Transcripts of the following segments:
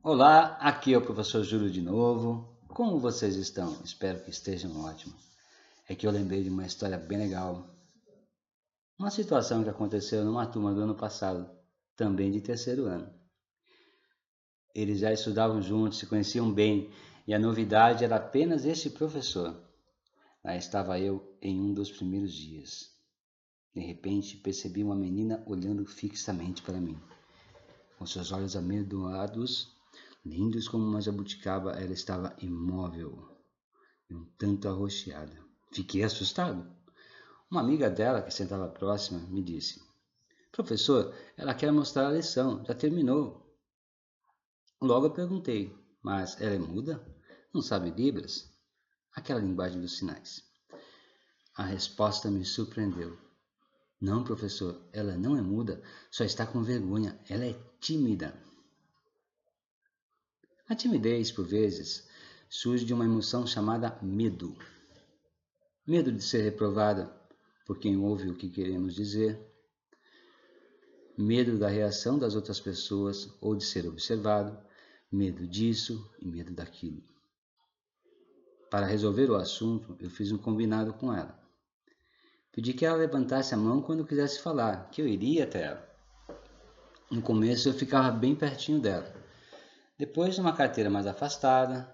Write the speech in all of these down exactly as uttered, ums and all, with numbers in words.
Olá, aqui é o professor Júlio de novo. Como vocês estão? Espero que estejam ótimos. É que eu lembrei de uma história bem legal. Uma situação que aconteceu numa turma do ano passado, também de terceiro ano. Eles já estudavam juntos, se conheciam bem, e a novidade era apenas este professor. Lá estava eu em um dos primeiros dias. De repente, percebi uma menina olhando fixamente para mim. Com seus olhos amedoados, lindos como uma jabuticaba, ela estava imóvel e um tanto arroxeada. Fiquei assustado. Uma amiga dela, que sentava próxima, me disse: Professor, ela quer mostrar a lição, já terminou. Logo eu perguntei: Mas ela é muda? Não sabe Libras? Aquela linguagem dos sinais. A resposta me surpreendeu. Não, professor, ela não é muda, só está com vergonha, ela é tímida. A timidez, por vezes, surge de uma emoção chamada medo. Medo de ser reprovada por quem ouve o que queremos dizer, medo da reação das outras pessoas ou de ser observado, medo disso e medo daquilo. Para resolver o assunto, eu fiz um combinado com ela. Pedi que ela levantasse a mão quando quisesse falar, que eu iria até ela. No começo eu ficava bem pertinho dela, depois numa carteira mais afastada,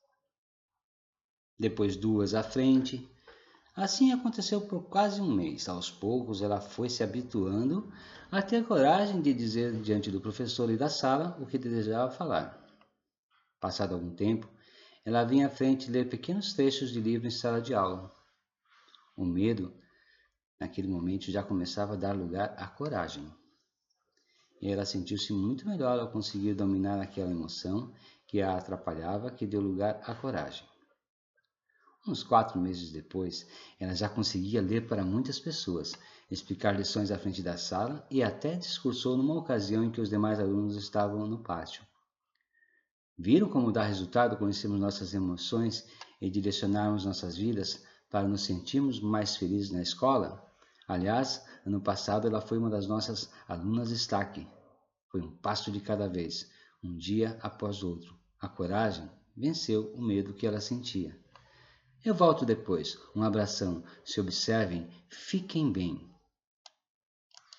depois duas à frente. Assim aconteceu por quase um mês. Aos poucos ela foi se habituando a ter coragem de dizer diante do professor e da sala o que desejava falar. Passado algum tempo, ela vinha à frente ler pequenos trechos de livro em sala de aula. O medo, naquele momento, já começava a dar lugar à coragem. E ela sentiu-se muito melhor ao conseguir dominar aquela emoção que a atrapalhava, que deu lugar à coragem. Uns quatro meses depois, ela já conseguia ler para muitas pessoas, explicar lições à frente da sala e até discursou numa ocasião em que os demais alunos estavam no pátio. Viram como dá resultado conhecermos nossas emoções e direcionarmos nossas vidas para nos sentirmos mais felizes na escola? Aliás, ano passado ela foi uma das nossas alunas destaque. Foi um passo de cada vez, um dia após outro. A coragem venceu o medo que ela sentia. Eu volto depois. Um abração. Se observem, fiquem bem.